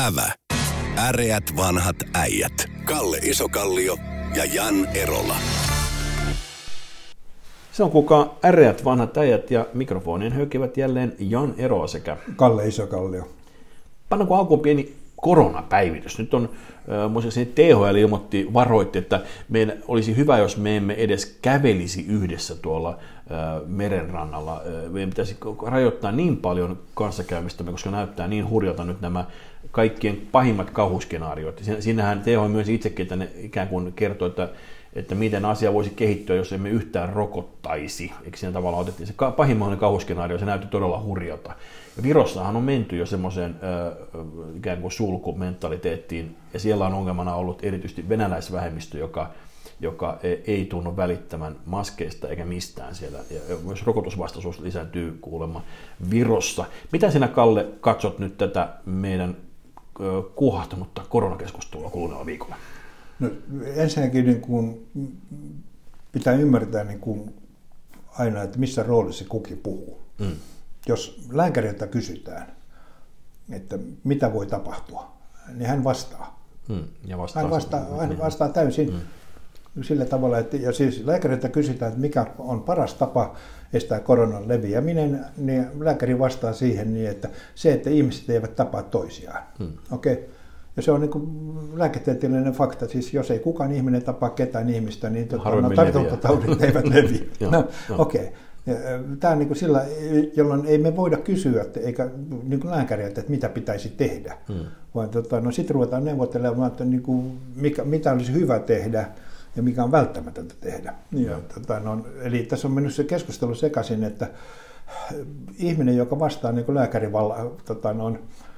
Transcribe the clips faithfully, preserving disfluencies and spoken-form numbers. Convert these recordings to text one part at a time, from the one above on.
Ävä. Äreät vanhat äijät. Kalle Isokallio ja Jan Erola. Se on kuka äreät vanhat äijät ja mikrofonien höykivät jälleen Jan Erola sekä Kalle Isokallio. Pannaanko alkuun pieni koronapäivitys? Nyt on, äh, muistaakseni T H L ilmoitti, varoitti, että meidän olisi hyvä, jos me emme edes kävelisi yhdessä tuolla äh, merenrannalla. Äh, meidän pitäisi rajoittaa niin paljon kanssakäymistämme, koska näyttää niin hurjalta nyt nämä kaikkien pahimmat kauhuskenaariot. Siinähän T H L myös itsekin, että ne ikään kuin kertoo, että että miten asia voisi kehittyä, jos emme yhtään rokottaisi. Eikö siinä tavallaan otettiin se pahimmainen kauhuskenaario, se näytti todella hurjalta. Ja Virossahan on menty jo semmoiseen äh, ikään kuin sulkumentaliteettiin, ja siellä on ongelmana ollut erityisesti venäläisvähemmistö, joka, joka ei tunnu välittämän maskeista eikä mistään siellä. Ja myös rokotusvastaisuus lisääntyy kuulemma Virossa. Mitä sinä, Kalle, katsot nyt tätä meidän äh, kuohahtanutta koronakeskustelua kuluneella viikolla? No, ensinnäkin niin kuin pitää ymmärtää niin kuin aina, että missä roolissa kukin puhuu. Mm. Jos lääkäriltä kysytään, että mitä voi tapahtua, niin hän vastaa. Mm. Ja vastaa hän vastaa, hän vastaa täysin mm. sillä tavalla, että ja siis lääkäriltä kysytään, että mikä on paras tapa estää koronan leviäminen, niin lääkäri vastaa siihen niin, että se, että ihmiset eivät tapaa toisiaan. Mm. Okei. Okay. Ja se on niin kuin lääketieteellinen fakta, siis jos ei kukaan ihminen tapaa ketään ihmistä, niin no, tartuntataudit eivät leviä. No, okei. Okay. Tämä on niin kuin sillä, jolloin ei me voida kysyä, eikä niin kuin lääkäriltä, että mitä pitäisi tehdä, hmm. vaan tota, no, sitten ruvetaan neuvottelemaan, että niin kuin, mikä, mitä olisi hyvä tehdä ja mikä on välttämätöntä tehdä. Ja, tota, no, eli tässä on mennyt se keskustelu sekaisin, että ihminen, joka vastaa niin kuin lääkärin vala, tota, no,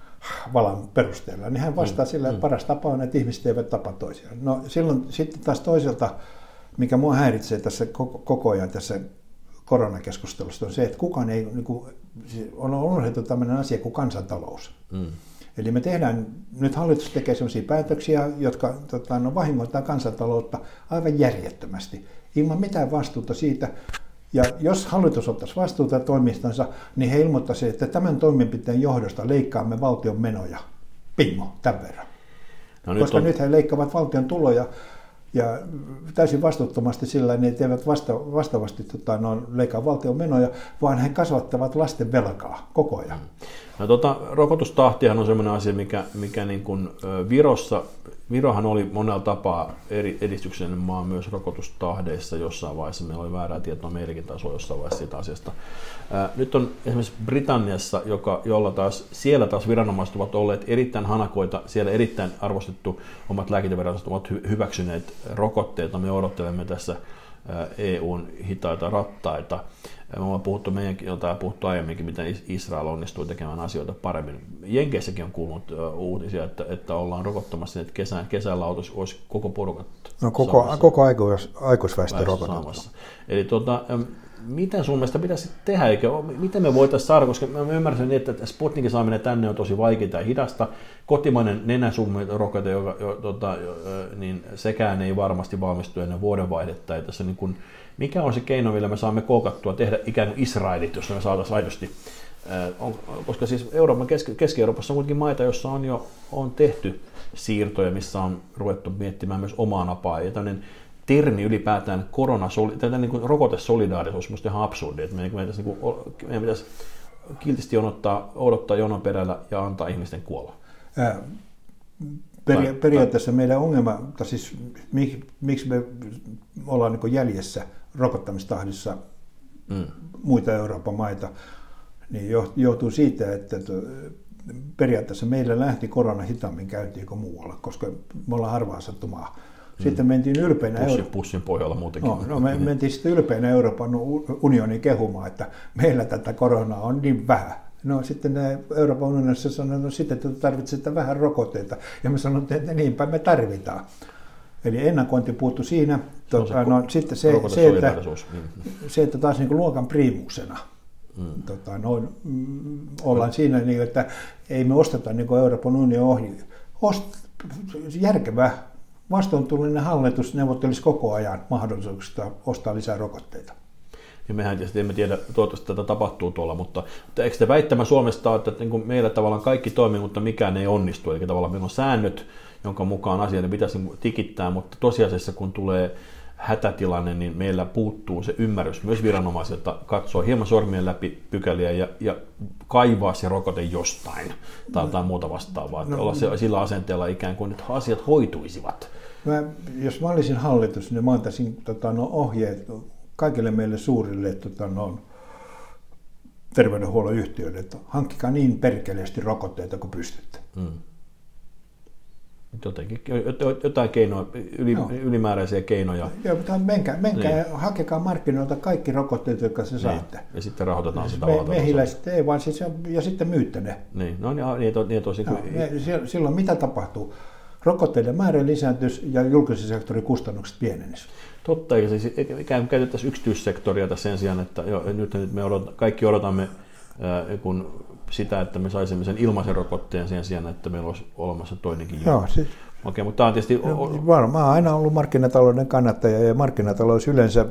valan perusteella, niin hän vastaa mm, sillä, että mm. paras tapa on, että ihmiset eivät tapa toisiaan. No silloin sitten taas toiselta, mikä mua häiritsee tässä koko, koko ajan tässä koronakeskustelusta, on se, että kukaan ei, niin kuin, on unohdettu tämmöinen asia kuin kansantalous. Mm. Eli me tehdään, nyt hallitus tekee sellaisia päätöksiä, jotka tota, no, vahingoittaa kansantaloutta aivan järjettömästi, ilman mitään vastuuta siitä. Ja jos hallitus ottaisi vastuuta toimistansa, niin he ilmoittaisivat, että tämän toimenpiteen johdosta leikkaamme valtion menoja. Pingo, tämän verran. No, Koska nyt, on... nyt he leikkaavat valtion tuloja ja täysin vastuuttomasti sillä, että he eivät vasta, vastaavasti tota, no, leikkaa valtion menoja, vaan he kasvattavat lasten velkaa koko ajan. No, tota, rokotustahtihan on sellainen asia, mikä, mikä niin kuin Virossa, Virohan oli monella tapaa eri edistyksellinen maa myös rokotustahdeissa jossain vaiheessa. Meillä oli väärää tietoa meilläkin taas jossain vaiheessa siitä asiasta. Ää, nyt on esimerkiksi Britanniassa, joka, jolla taas, siellä taas viranomaiset ovat olleet erittäin hanakoita. Siellä erittäin arvostettu omat lääkintäviranomaiset ovat hy- hyväksyneet rokotteita. Me odottelemme tässä E U:n hitaita rattaita. Me ollaan puhuttu meidänkin, jotain puhuttu aiemminkin, miten Israel onnistuu tekemään asioita paremmin. Jenkeissäkin on kuulunut uutisia, että, että ollaan rokottamassa, että kesän, kesällä olisi, olisi koko porukat no, koko, koko aikuis, aikuisväestö rokotettu. Eli tuota, mitä sun mielestä pitäisi tehdä, eikä, miten me voitaisiin saada, koska mä ymmärrän niin, että Sputnikin saaminen tänne on tosi vaikeaa ja hidasta. Kotimainen nenäsummerokote, joka, jo, tota, niin sekään ei varmasti valmistu ennen vuodenvaihdetta. Tässä niin kuin, mikä on se keino, millä me saamme koukattua tehdä ikään kuin Israelit, jos me saataisiin aidosti, on, koska siis Euroopan, Keski-Euroopassa on kuitenkin maita, joissa on jo on tehty siirtoja, missä on ruvettu miettimään myös omaa napaa. Ja tämmöinen termi ylipäätään korona, tätä niin kuin rokotesolidaarisuus, minusta ihan absurdi, että meidän pitäisi, niin kuin, meidän pitäisi kiltisti odottaa, odottaa jonon perällä ja antaa ihmisten kuolla. Ää, peria- periaatteessa meidän ongelma, tai siis mik, miksi me ollaan niin kuin jäljessä rokottamistahdissa mm. muita Euroopan maita, niin johtuu siitä, että periaatteessa meillä lähti korona hitaammin käyntiin kuin muualla, koska me ollaan harvaan asuttu maa. Sitten mentiin ylpeinä Pussin, Euro- pussin pohjalla muutenkin. No, no me mentiin sitten ylpeinä Euroopan unionin kehumaan, että meillä tätä koronaa on niin vähän. No sitten Euroopan unionissa sanoi, että no, sitten te tarvitsette vähän rokotteita. Ja me sanottiin, että niinpä me tarvitaan. Eli ennakointi puuttui siinä. Tota, no, se, no, sitten se, se, että, se, että taas niin kuin luokan priimuksena mm. tota, no, mm, ollaan mm. siinä, niin, että ei me osteta niin kuin Euroopan unionin ohi. Ost, järkevä vastuuntullinen hallitus neuvottelisi koko ajan mahdollisuuksista ostaa lisää rokotteita. Ja mehän tietysti emme tiedä, toivottavasti tätä tapahtuu tuolla, mutta eikö te väittämä Suomesta ole, että niin kuin meillä tavallaan kaikki toimii, mutta mikään ei onnistu, eli tavallaan meillä on säännöt, jonka mukaan asioiden pitäisi tikittää, mutta tosiasiassa kun tulee hätätilanne, niin meillä puuttuu se ymmärrys myös viranomaisilta katsoa hieman sormien läpi pykäliä ja, ja kaivaa se rokote jostain tai jotain muuta vastaavaa, no, olla se, sillä asenteella ikään kuin nyt asiat hoituisivat. Mä, jos mä olisin hallitus, niin mä antaisin tota, no, ohjeet kaikille meille suurille tota, no, terveydenhuollon yhtiöille, että hankkikaa niin perkeleesti rokotteita kuin pystytte. Hmm. Jotenkin, jotain keinoja, yli, no. ylimääräisiä keinoja. Joo, mutta menkää, menkää niin. Hakekaa markkinoilta kaikki rokotteet, jotka se saatte. Niin. Ja sitten rahoitetaan sitä Me, mehiläiset ei, vaan siis, ja sitten myytte ne. Niin, no niin, niin, niin tosi. No, me, silloin mitä tapahtuu? Rokotteiden määrä lisääntyisi ja julkisen sektorin kustannukset pienenisi. Totta, eikä siis ikään kuin käytettäisiin yksityissektoria tässä sen sijaan, että jo, nyt, nyt me odot, kaikki odotamme äh, kun sitä, että me saisimme sen ilmaisen rokotteen sen sijaan, että meillä olisi olemassa toinenkin. Joo, siis, Okei, mutta tämä on tietysti... No, varmaan aina ollut markkinatalouden kannattaja ja markkinatalous yleensä,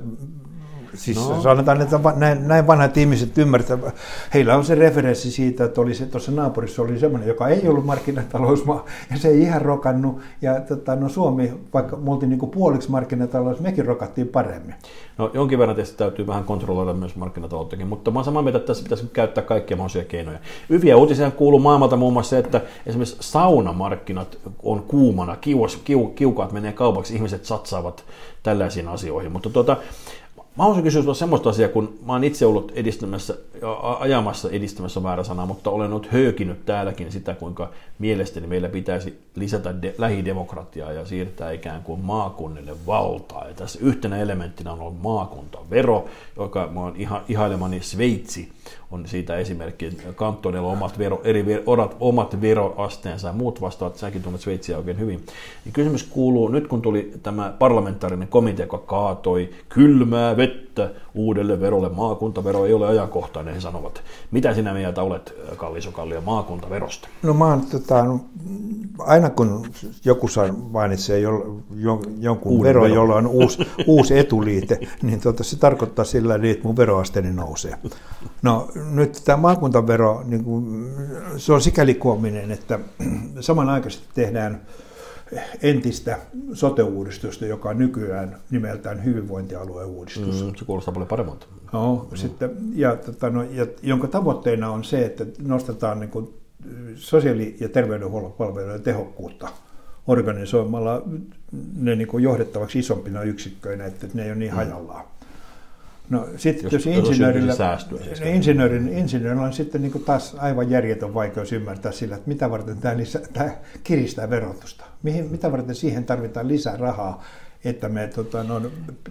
siis no. sanotaan, että näin, näin vanhat ihmiset ymmärtävät, heillä on se referenssi siitä, että oli se, tuossa naapurissa oli semmoinen, joka ei ollut markkinatalousmaa ja se ei ihan rokannut ja tota, no Suomi, vaikka me oltiin niin kuin puoliksi markkinatalous, mekin rokattiin paremmin. No jonkin verran tietysti täytyy vähän kontrolloida myös markkinatalouttakin, mutta mä olen samaa mieltä, että tässä pitäisi käyttää kaikkia mahdollisia keinoja. Hyviä uutisia kuuluu maailmalta muun muassa se, että esimerkiksi saunamarkkinat on kuumana, kiuas, kiu, kiukaat menee kaupaksi, ihmiset satsaavat tällaisiin asioihin, mutta tuota, mä haluaisin kysyä semmoista asiaa, kun mä oon itse ollut edistämässä, ajamassa edistämässä väärä sana, mutta olen ollut höökinyt täälläkin sitä, kuinka mielestäni meillä pitäisi lisätä de- lähidemokratiaa ja siirtää ikään kuin maakunnille valtaa. Ja tässä yhtenä elementtinä on ollut maakuntavero, joka mä oon iha- ihailemani Sveitsi on siitä esimerkki. Kantonilla on omat, vero, eri, orat, omat veroasteensa ja muut vastaavat, säkin tunnet Sveitsiä oikein hyvin. Niin kysymys kuuluu, nyt kun tuli tämä parlamentaarinen komitea, joka kaatoi kylmää vettä uudelle verolle, maakuntavero ei ole ajankohtainen, he sanovat. Mitä sinä mieltä olet, Kalli Iso-Kallio, maakuntaverosta? No mä oon, tota, aina kun joku mainitsee jo, jo, jonkun Uuden veron, vero. jolla on uusi, uusi etuliite, niin tota, se tarkoittaa sillä, että mun veroasteeni nousee. No nyt tämä maakuntavero, niin kuin, se on sikäli koominen, että samanaikaisesti tehdään entistä sote-uudistusta, joka on nykyään nimeltään hyvinvointialueuudistus. Mm, se kuulostaa paljon paremmalta. No, mm. sitten, ja, tota, no, ja, jonka tavoitteena on se, että nostetaan niin kuin, sosiaali- ja terveydenhuollon palvelujen tehokkuutta organisoimalla ne niin kuin, johdettavaksi isompina yksikköinä, että ne ei ole niin hajallaan. No sitten jos, jos insinöörillä, insinöörin, insinöörillä on sitten niin kuin taas aivan järjetön vaikeus ymmärtää sillä, että mitä varten tämä, lisä, tämä kiristää verotusta. Mihin, mitä varten siihen tarvitaan lisää rahaa, että me tota, no,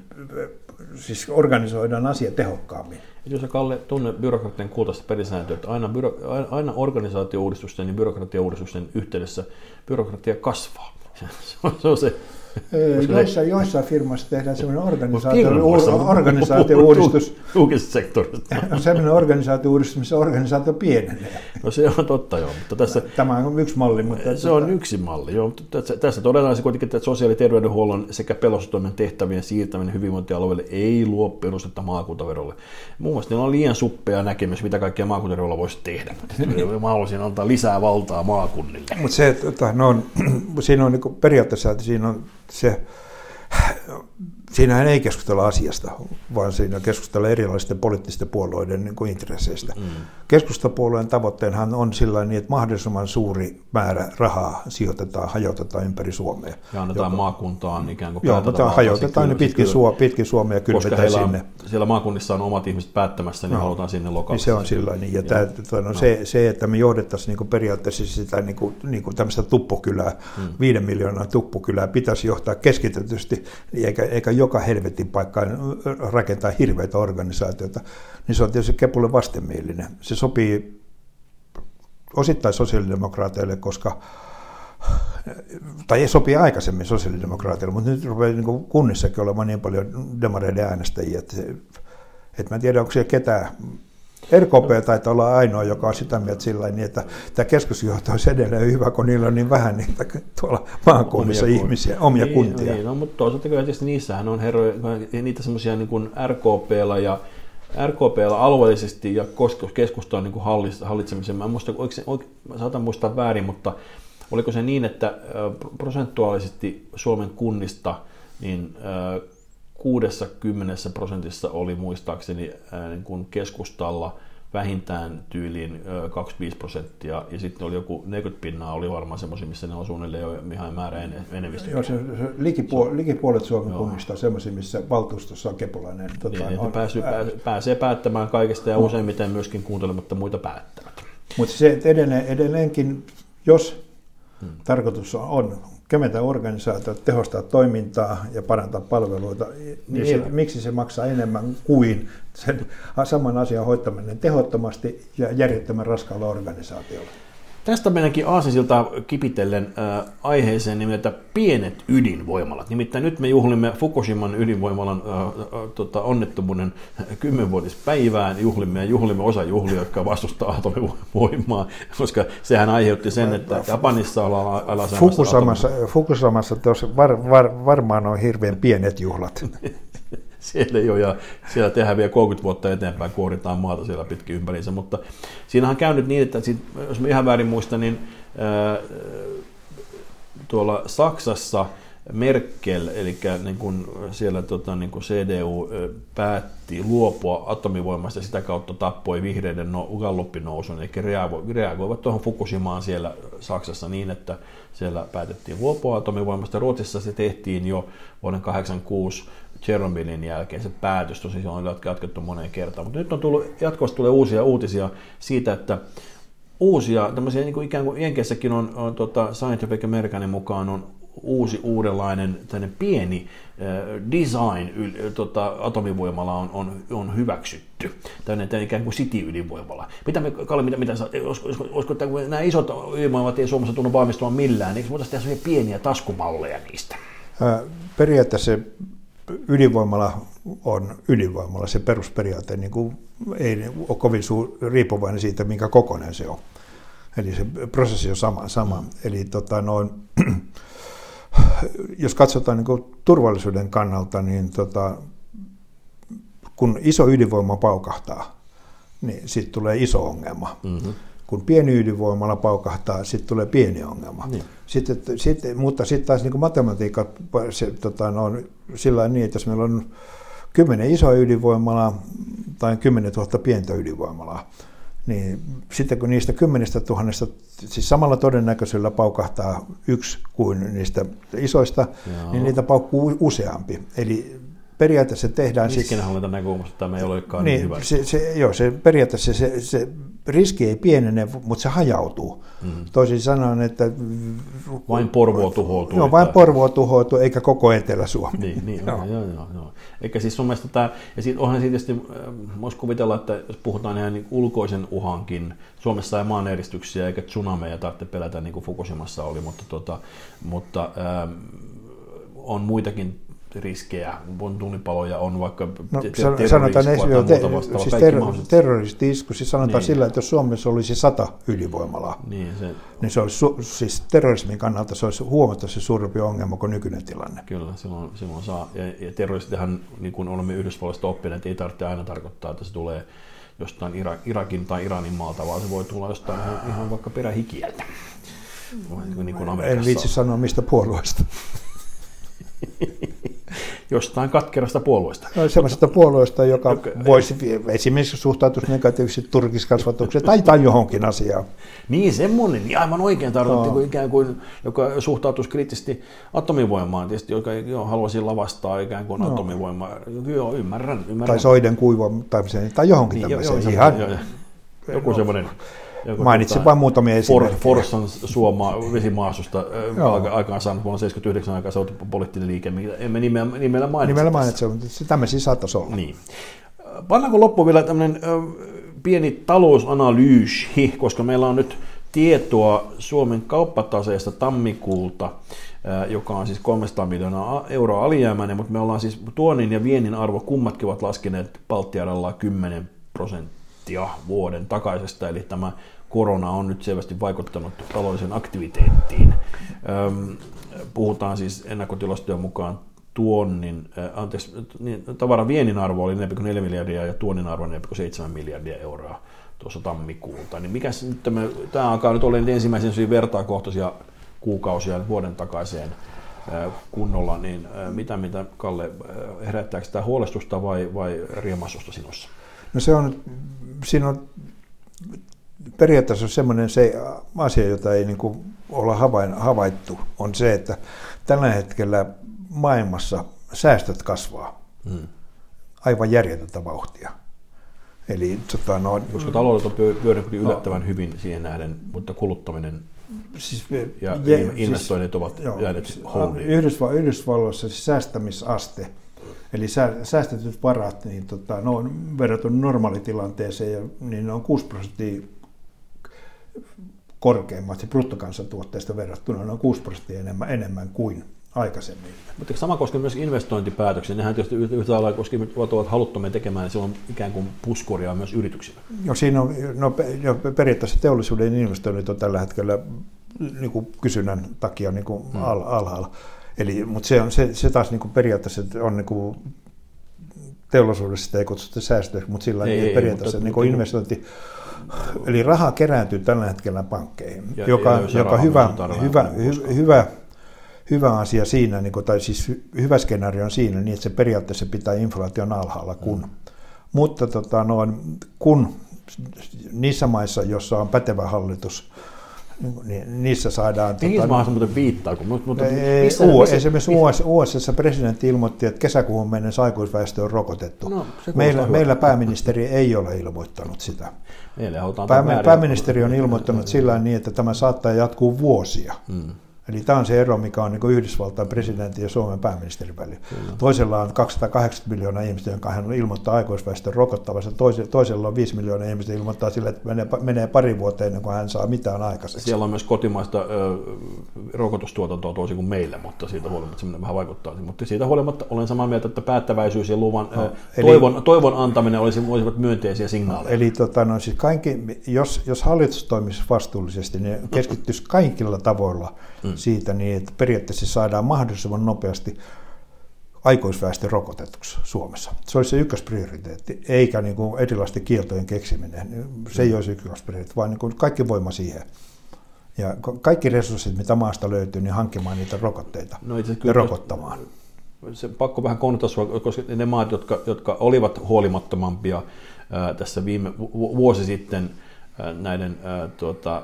siis organisoidaan asia tehokkaammin. Jos sä, Kalle, tunne byrokratian kultaista pelisääntöä, että aina, byro, aina organisaatio-uudistusten ja byrokratia-uudistusten yhteydessä byrokratia kasvaa. Se on se. Joissain, joissain firmassa tehdään sellainen organisaatio, organisaatio-uudistus. Julkisessa sektorissa. On sellainen organisaatio-uudistus, missä organisaatio pienenee. No se on totta, joo. Mutta tässä, Tämä on yksi malli. Mutta se on yksi malli, joo. Tässä, tässä todetaan se kuitenkin, että sosiaali- ja terveydenhuollon sekä pelastustoimen tehtävien siirtäminen hyvinvointialueelle ei luo perustetta maakuntaverolle. Muun muassa niillä on liian suppea näkemys, mitä kaikkea maakuntaverolla voisi tehdä. Mä haluaisin antaa lisää valtaa maakunnille. Mutta se, että no, siinä on niin periaatteessa, että siinä on se, siinähän ei keskustella asiasta, vaan siinä keskustellaan erilaisten poliittisten puolueiden niin kuin intresseistä. Mm. Keskustapuolueen tavoitteenhan on sellainen, että mahdollisimman suuri määrä rahaa sijoitetaan, hajotetaan ympäri Suomea. Ja annetaan joka, maakuntaan ikään kuin joo, mutta hajotetaan ne pitkin, Suo, pitkin Suomea ja kylvetään sinne. Siellä maakunnissa on omat ihmiset päättämässä, niin no, halutaan sinne lokaalisesti. Se on sellainen. Ja tämä, no, no. se, se, että me johdettaisiin niin kuin periaatteessa sitä niin kuin, niin kuin tämmöistä tuppukylää, mm. viiden miljoonan tuppukylää pitäisi johtaa keskitetysti, eikä, eikä joka helvetin paikkaan rakentaa hirveitä organisaatioita, niin se on tietysti kepulle vastenmielinen. Se sopii osittain sosiaalidemokraateille, koska, tai ei sopii aikaisemmin sosiaalidemokraateille, mutta nyt rupeaa niin kunnissakin olemaan niin paljon demareiden äänestäjiä, että, että mä en tiedä, onko siellä ketään. R K P taitaa olla ainoa, joka on sitä mieltä sillä tavalla, että tämä keskusjohto olisi edelleen hyvä, kun niillä on niin vähän niitä tuolla maakunnissa omia ihmisiä, omia niin, kuntia. Niin, no, mutta toisaalta tietysti niissähän on herroja, niitä semmoisia niin kuin R K P:llä ja R K P:llä alueellisesti ja keskustaan niin hallitsemisen, mä, muista, oliko, mä saatan muistaa väärin, mutta oliko se niin, että prosentuaalisesti Suomen kunnista niin kuusikymmentä prosentissa oli muistaakseni niin kuin keskustalla vähintään tyyliin kaksikymmentäviisi prosenttia, ja sitten oli joku neljäkymmentä pinnaa, oli varmaan semmoisia, missä ne on suunnilleen jo ihan määrä enemmistö. Joo, se, se likipuol- likipuolet Suomen kunnista on semmoisia, missä valtuustossa on kepulainen. Tota, niin, on, pääsy, ää... pääsee päättämään kaikesta ja no. useimmiten myöskin kuuntelematta muita päättävät. Mutta se, että edelleen, edelleenkin, jos hmm. tarkoitus on kemetä organisaatiota, tehostaa toimintaa ja parantaa palveluita, niin se, miksi se maksaa enemmän kuin sen saman asian hoitaminen tehottomasti ja järjettömän raskaalla organisaatiolla? Tästä mennäänkin aasinsiltaan kipitellen äh, aiheeseen nimeltä pienet ydinvoimalat. Nimittäin nyt me juhlimme Fukushiman ydinvoimalan äh, äh, tota, onnettomuuden kymmenvuotispäivään. Juhlimme ja juhlimme osa juhlia, jotka vastustaa atomivoimaa, koska sehän aiheutti sen, että Japanissa ollaan alasemassa. Fukusamassa, Fukusamassa var, var, varmaan on hirveän pienet juhlat. Siellä ei ole, ja siellä tehdään vielä kolmekymmentä vuotta eteenpäin, kuoritaan maata siellä pitkin ympäriinsä, mutta siinähän on käynyt niin, että sit, jos mä ihan väärin muistan, niin ää, tuolla Saksassa Merkel, eli niin kun siellä tota, niin kun C D U päätti luopua atomivoimasta ja sitä kautta tappoi vihreiden no, gallupinousun, eli reagoivat tuohon Fukushimaan siellä Saksassa niin, että siellä päätettiin luopua atomivoimasta. Ruotsissa se tehtiin jo vuoden tuhatyhdeksänsataakahdeksankymmentäkuusi Tšernobylin jälkeen se päätös, tosi se on jatkettu moneen kertaan, mutta nyt on tullut, jatkuvasti tulee uusia uutisia siitä, että uusia, tämmöisiä niin kuin ikään kuin Jenkeissäkin on, on tota Scientific Americanin mukaan on uusi uudenlainen pieni äh, design yl, tota, atomivoimala on, on, on hyväksytty, tämmöinen ikään kuin city-ydinvoimala. Mitä me, Kalle, mitä, mitä olisiko, olisiko, että nämä isot ydinvoimalat ei Suomessa tunnu valmistumaan millään, eikö voitaisiin tehdä sellaisia pieniä taskumalleja niistä? Äh, periaatteessa ydinvoimala on ydinvoimala, se perusperiaate niin kuin ei ole kovin suur, riippuvainen siitä, minkä kokoinen se on. Eli se prosessi on sama. sama. Eli tota, noin, jos katsotaan niin kuin turvallisuuden kannalta, niin tota, kun iso ydinvoima paukahtaa, niin siitä tulee iso ongelma. Mm-hmm. Kun pieni ydinvoimala paukahtaa, sitten tulee pieni ongelma. Niin. Sitten, sitten, mutta sitten taas niin kuin matematiikka se, tota, on sillä niin, että jos meillä on kymmenen isoa ydinvoimalaa tai kymmenen tuhatta pientä ydinvoimalaa, niin sitten kun niistä kymmenestä tuhannesta, siis samalla todennäköisyydellä paukahtaa yksi kuin niistä isoista, Jaa. niin niitä paukkuu useampi. Eli periaatteessa tehdään... Riskinhallinta näkökulmasta tämä ei olekaan niin, niin hyvä. Se, se, joo, se periaatteessa se, se riski ei pienene, mutta se hajautuu. Mm. Toisin sanoen, että... Vain Porvoo tuhoutuu. Joo, vain Porvoo tuhoutuu, eikä koko Etelä-Suomi. Niin, niin joo. Joo, joo, joo. Eikä siis sun mielestä tämä... Ja siitä, onhan siitä tietysti, voisi kuvitella, että jos puhutaan ihan niin ulkoisen uhankin, Suomessa ei maaneristyksiä eikä tsunameja tarvitse pelätä, niin kuin Fukushimassa oli, mutta, tota, mutta ähm, on muitakin riskejä, on tulipaloja, on vaikka no, terroristi-iskua tai muuta vastaavaa. Siis ter- terroristi-isku, siis sanotaan niin. Sillä, että jos Suomessa olisi sata ydinvoimalaa, niin se, niin se olisi, su- siis terrorismin kannalta se olisi huomattavasti suurempi ongelma kuin nykyinen tilanne. Kyllä, silloin, silloin saa. Ja, ja terroristihan, niin kuin olemme Yhdysvalloista oppineet, ei tarvitse aina tarkoittaa, että se tulee jostain Irak, Irakin tai Iranin maalta, vaan se voi tulla jostain ihan, ihan vaikka perähikiältä. Niin kuin en viitsi sanoa mistä puolueesta. Jostain katkerasta puolueesta. No, sellaisesta puolueesta, joka, joka voisi esimerkiksi suhtautua negatiivisesti turkiskasvatukseen tai, tai johonkin asiaan. Niin, semmoinen, niin aivan oikein tarkoitti, no. ikään kuin, joka suhtautuisi kriittisesti atomivoimaan, tietysti, joka jo haluaisi lavastaa ikään kuin no. atomivoimaa. Joo, ymmärrän, ymmärrän. Tai soiden kuivaamiseen tai johonkin niin, tämmöiseen. Jo, jo, ihan, jo, jo. Joku semmoinen. Mainitsin tota, vain muutamia esimerkkejä. Forssan Suoma vesimaastosta aikaan saanut vuonna seitsemänkymmentäyhdeksän aikaa se poliittinen liike, emme nimellä, nimellä mainitse. Nimellä mainitse, mutta tämmöisiä saattaisi olla. Niin. Pannaanko loppuun vielä tämmöinen pieni talousanalyysi, koska meillä on nyt tietoa Suomen kauppataseesta tammikuulta, joka on siis kolmesataa miljoonaa euroa alijäämäinen, mutta me ollaan siis tuonnin ja viennin arvo kummatkin ovat laskeneet Baltiaralla kymmenen prosenttia vuoden takaisesta, eli tämä korona on nyt selvästi vaikuttanut taloudellisen aktiviteettiin. Puhutaan siis ennakkotilastojen mukaan tuonnin, äh, anteeksi, niin, tavaran viennin arvo oli neljä pilkku neljä miljardia ja tuonnin arvo neljä pilkku seitsemän miljardia euroa tuossa tammikuulta. Niin mikäs nyt tämä, tämä alkaa nyt olla ensimmäisiä vertaakohtaisia kuukausia vuoden takaiseen äh, kunnolla, niin äh, mitä, mitä Kalle, äh, herättääkö tämä huolestusta vai, vai riemasusta sinussa? No se on, siinä on periaatteessa semmoinen se asia, jota ei niin kuin olla havaittu, on se, että tällä hetkellä maailmassa säästöt kasvaa hmm. aivan järjetöntä vauhtia. Eli, tota, no, koska taloudet on pyörinyt yllättävän no, hyvin siihen nähden, mutta kuluttaminen siis, ja je, investoinnit siis, ovat joo, jääneet houniin. Yhdysval- Yhdysvalloissa siis säästämisaste, eli säästetyt varat, niin tota, ne on verrattuna normaalitilanteeseen, ja, niin ne on kuusi prosenttia korkeammat, se bruttokansantuotteesta verrattuna ne on kuusi prosenttia enemmän, enemmän kuin aikaisemmin. Mutta sama koskee myös investointipäätöksiä. Nehän tietysti yhtä lailla, koska ovat haluttomia tekemään, niin se on ikään kuin puskuria myös yrityksillä. No, siinä on, no, periaatteessa teollisuuden investoinnit on tällä hetkellä niin kuin kysynnän takia niin kuin hmm. al, alhaalla. Eli, mutta se, on, se, se taas niin kuin periaatteessa on niin kuin teollisuudessa sitä ei kutsuta säästöksi, mutta sillä ei, ei, periaatteessa ei, niin kuin investointi. Eli raha kerääntyy tällä hetkellä pankkeihin, ja, joka on joka hyvä, hyvä, hy, hyvä, hyvä asia siinä, niin kuin, tai siis hyvä skenaario on siinä, niin että se periaatteessa pitää inflaation alhaalla. Kun, mm. Mutta tota, noin, kun niissä maissa, joissa on pätevä hallitus, niin niissä saadaan... Mihin tota, maassa muuten viittaa? Kun, mutta, ei, missä, U, missä, esimerkiksi missä? U S A presidentti ilmoitti, että kesäkuuhun mennessä aikuisväestö on rokotettu. No, meillä, meillä pääministeri ei ole ilmoittanut sitä. Pää, pääministeri on ilmoittanut sillä niin, että tämä saattaa jatkuu vuosia. Hmm. Eli tämä on se ero, mikä on niin kuin Yhdysvaltain presidentin ja Suomen pääministerin välillä. Kyllä. Toisella on kaksisataakahdeksankymmentä miljoonaa ihmistä, jonka hän ilmoittaa aikuisväestön rokottavassa. Toisella on viisi miljoonaa ihmistä, ilmoittaa sille, että menee, menee pari vuotta ennen kuin hän saa mitään aikaiseksi. Siellä on myös kotimaista ö, rokotustuotantoa toisin kuin meillä, mutta siitä huolimatta se vähän vaikuttaa. Mutta siitä huolimatta olen samaa mieltä, että päättäväisyys ja luvan no, ö, eli, toivon, toivon antaminen olisi, olisivat myönteisiä signaaleja. Eli tota, no, siis kaikki, jos, jos hallitus toimisi vastuullisesti, niin keskittyisi kaikilla tavoilla mm. siitä, niin että periaatteessa saadaan mahdollisimman nopeasti aikuisväestö rokotetuksi Suomessa. Se olisi se ykkösprioriteetti, eikä niin kuin erilaisten kieltojen keksiminen. Se ei olisi ykkösprioriteetti, vaan niin kuin kaikki voima siihen. Ja kaikki resurssit, mitä maasta löytyy, niin hankkimaan niitä rokotteita no ja rokottamaan. Se pakko vähän konnoittaa, koska ne maat, jotka, jotka olivat huolimattomampia ää, tässä viime vuosi sitten ää, näiden ää, tuota,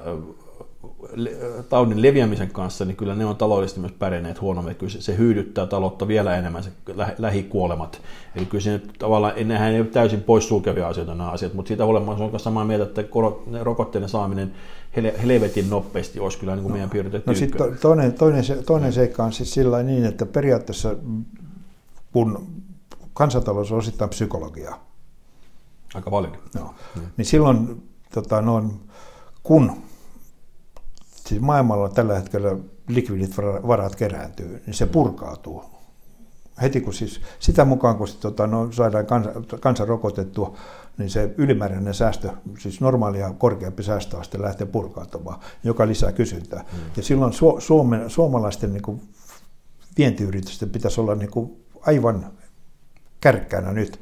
taudin leviämisen kanssa, niin kyllä ne on taloudellisesti myös pärjänneet huonommin. Kyllä se hyydyttää taloutta vielä enemmän, se lähikuolemat. Eli kyllä se tavallaan, nehän ei ole täysin poissulkevia asioita nämä asiat, mutta siitä huolimatta on samaa mieltä, että rokotteiden saaminen helvetin nopeasti olisi kyllä niin kuin no, meidän prioriteetti. No sitten toinen, toinen, toinen seikka on siis sillä niin, että periaatteessa kun kansantalous on osittain psykologiaa, aika paljon, no, mm. niin silloin tota, noin, kun siis maailmalla tällä hetkellä likvidit varat kerääntyy, niin se purkautuu. Heti kun siis, sitä mukaan, kun sit, tota, no, saadaan kansa, kansa rokotettua, niin se ylimääräinen säästö, siis normaalia korkeampi säästöaste lähtee purkautumaan, joka lisää kysyntää. Mm. Ja silloin su, Suomen, suomalaisten niin kuin, vientiyritysten pitäisi olla niin kuin, aivan kärkkäänä nyt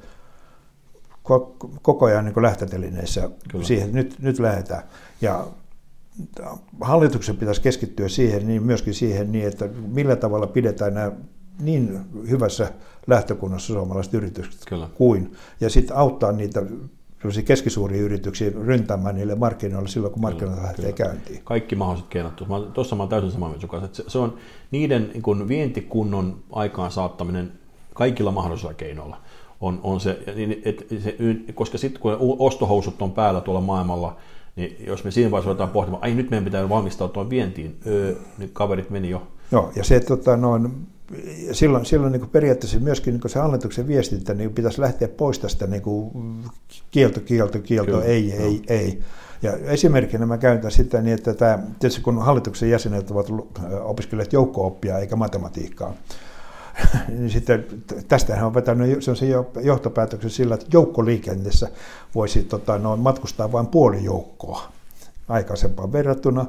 koko ajan niin kuin lähtötelineissä siihen, nyt, nyt lähdetään. Ja hallituksen pitäisi keskittyä siihen, niin myöskin siihen, niin, että millä tavalla pidetään nämä niin hyvässä lähtökunnassa suomalaiset yritykset Kyllä. kuin, ja sitten auttaa niitä keskisuuria yrityksiä ryntäämään niille markkinoille silloin, kun markkinoilla lähtee käyntiin. Kaikki mahdolliset keinot. Tuossa mä olen täysin samaa mieltä kanssa. Se on niiden niin kuin vientikunnon aikaan saattaminen kaikilla mahdollisilla keinoilla. On, on se, et, se, koska sitten kun ostohousut on päällä tuolla maailmalla, niin jos me siinä vaiheessa ruvetaan pohtimaan, ai nyt meidän pitää valmistautua vientiin, öö, niin kaverit meni jo. Joo, ja se, tota, noin, silloin, silloin niin periaatteessa myöskin niin se hallituksen viestintä niin pitäisi lähteä pois tästä niin kielto, kielto, kielto, Kyllä, ei, no. ei, ei. Ja esimerkkinä mä käytän sitä niin, että tämä, tietysti kun hallituksen jäsenet ovat opiskelleet joukko-oppia eikä matematiikkaa, niin sitten tästähän on vetänyt se johtopäätöksen sillä, että joukkoliikenteessä voisi tota, no, matkustaa vain puoli joukkoa aikaisempaan verrattuna.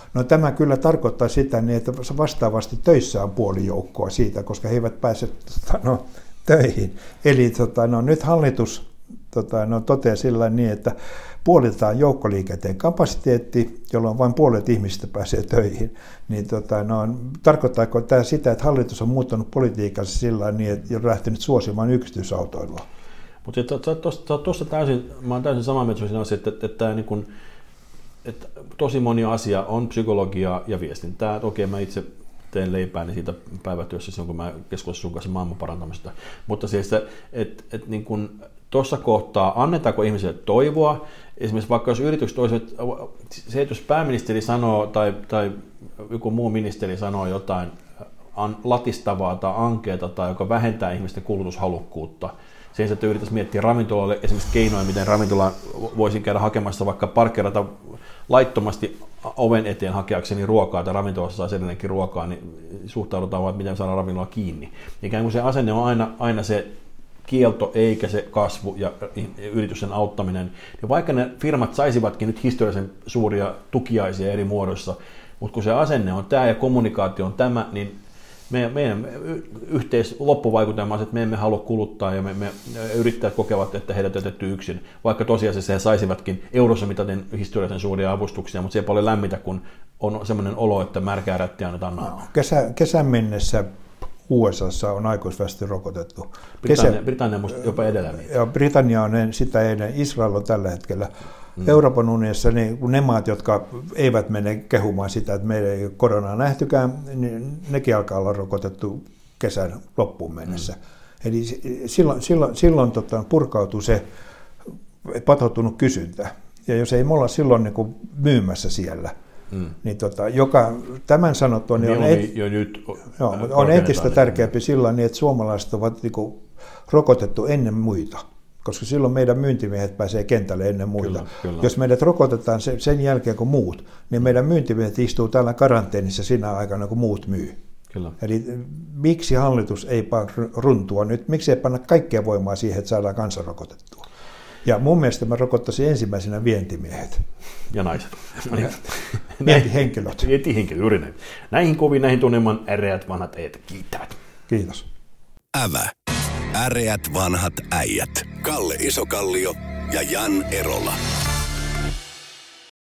No tämä kyllä tarkoittaa sitä, niin että vastaavasti töissä on puoli joukkoa siitä, koska he eivät pääse tota, no, töihin. Eli tota, no, nyt hallitus tota, no, toteaa sillä niin, että puolitetaan joukkoliikenteen kapasiteetti, jolloin vain puolet ihmisistä pääsee töihin. Niin, tota, no, tarkoittaako tämä sitä, että hallitus on muuttanut politiikassa sillä niin, että on lähtenyt suosimaan yksityisautoilua? Mutta tuossa täysin, mä olen täysin samaa mieltä siinä, että, että, että, että, niin kun, että tosi moni asia on psykologiaa ja viestintää. Okei, okay, mä itse teen leipääni siitä päivätyössä silloin, kun mä keskustelin sun kanssa maailman parantamista. Mutta siis, että, että, että niin kun tuossa kohtaa annetaanko ihmisille toivoa, esimerkiksi vaikka jos yritykset olisivat, se, että jos pääministeri sanoo tai, tai joku muu ministeri sanoo jotain latistavaa tai ankeata tai joka vähentää ihmisten kulutushalukkuutta, sen että yrittäisi miettiä ravintolalle esimerkiksi keinoja, miten ravintola voisi käydä hakemassa vaikka parkkeerata laittomasti oven eteen hakeakseni ruokaa tai ravintolassa saisi edelleenkin ruokaa, niin suhtaudutaan vaan, että miten saadaan ravintola kiinni. Ikään kuin se asenne on aina, aina se kielto eikä se kasvu ja yritysten auttaminen. Ja vaikka ne firmat saisivatkin nyt historiallisen suuria tukiaisia eri muodoissa, mutta kun se asenne on tämä ja kommunikaatio on tämä, niin meidän, meidän yhteisloppuvaikutelma on, että me emme halua kuluttaa ja me, me yrittäjät kokevat, että heidät on jätetty yksin. Vaikka tosiasiassa he saisivatkin eurossa mitaten historiallisen suuria avustuksia, mutta se ei paljon lämmitä, kun on sellainen olo, että märkää rättiä annetaan naamaan. Kesä, kesän mennessä U S A:ssa on aikuisväestö rokotettu. Britannia, Kesä, Britannia musta jopa edellä meitä. Ja Britannia on sitä ennen, Israel on tällä hetkellä. Mm. Euroopan unionissa niin ne maat, jotka eivät mene kehumaan sitä, että meillä ei ole koronaa nähtykään, niin nekin alkaa olla rokotettu kesän loppuun mennessä. Mm. Eli silloin, silloin, silloin tota, purkautuu se patoutunut kysyntä. Ja jos ei me olla silloin niin kuin myymässä siellä, Mm. niin tota, joka, tämän sanottua niin on, et, jo nyt joo, on entistä tärkeämpi sillä niin, että suomalaiset ovat niin kuin, rokotettu ennen muita, koska silloin meidän myyntimiehet pääsee kentälle ennen muita. Kyllä, kyllä. Jos meidät rokotetaan sen, sen jälkeen kuin muut, niin meidän myyntimiehet istuu täällä karanteenissa sinä aikana, kun muut myy. Kyllä. Eli miksi hallitus ei panna runtua nyt, miksi ei panna kaikkea voimaa siihen, että saadaan kansa rokotettua? Ja mun mielestä mä rokottaisin ensimmäisenä vientimiehet. Ja naiset. Vientihenkilöt. Vientihenkilöt, juuri näin. Näihin kuviin, näihin tunnelman äreät vanhat äijät kiittävät. Kiitos. Ävä. Äreät vanhat äijät. Kalle Isokallio ja Jan Erola.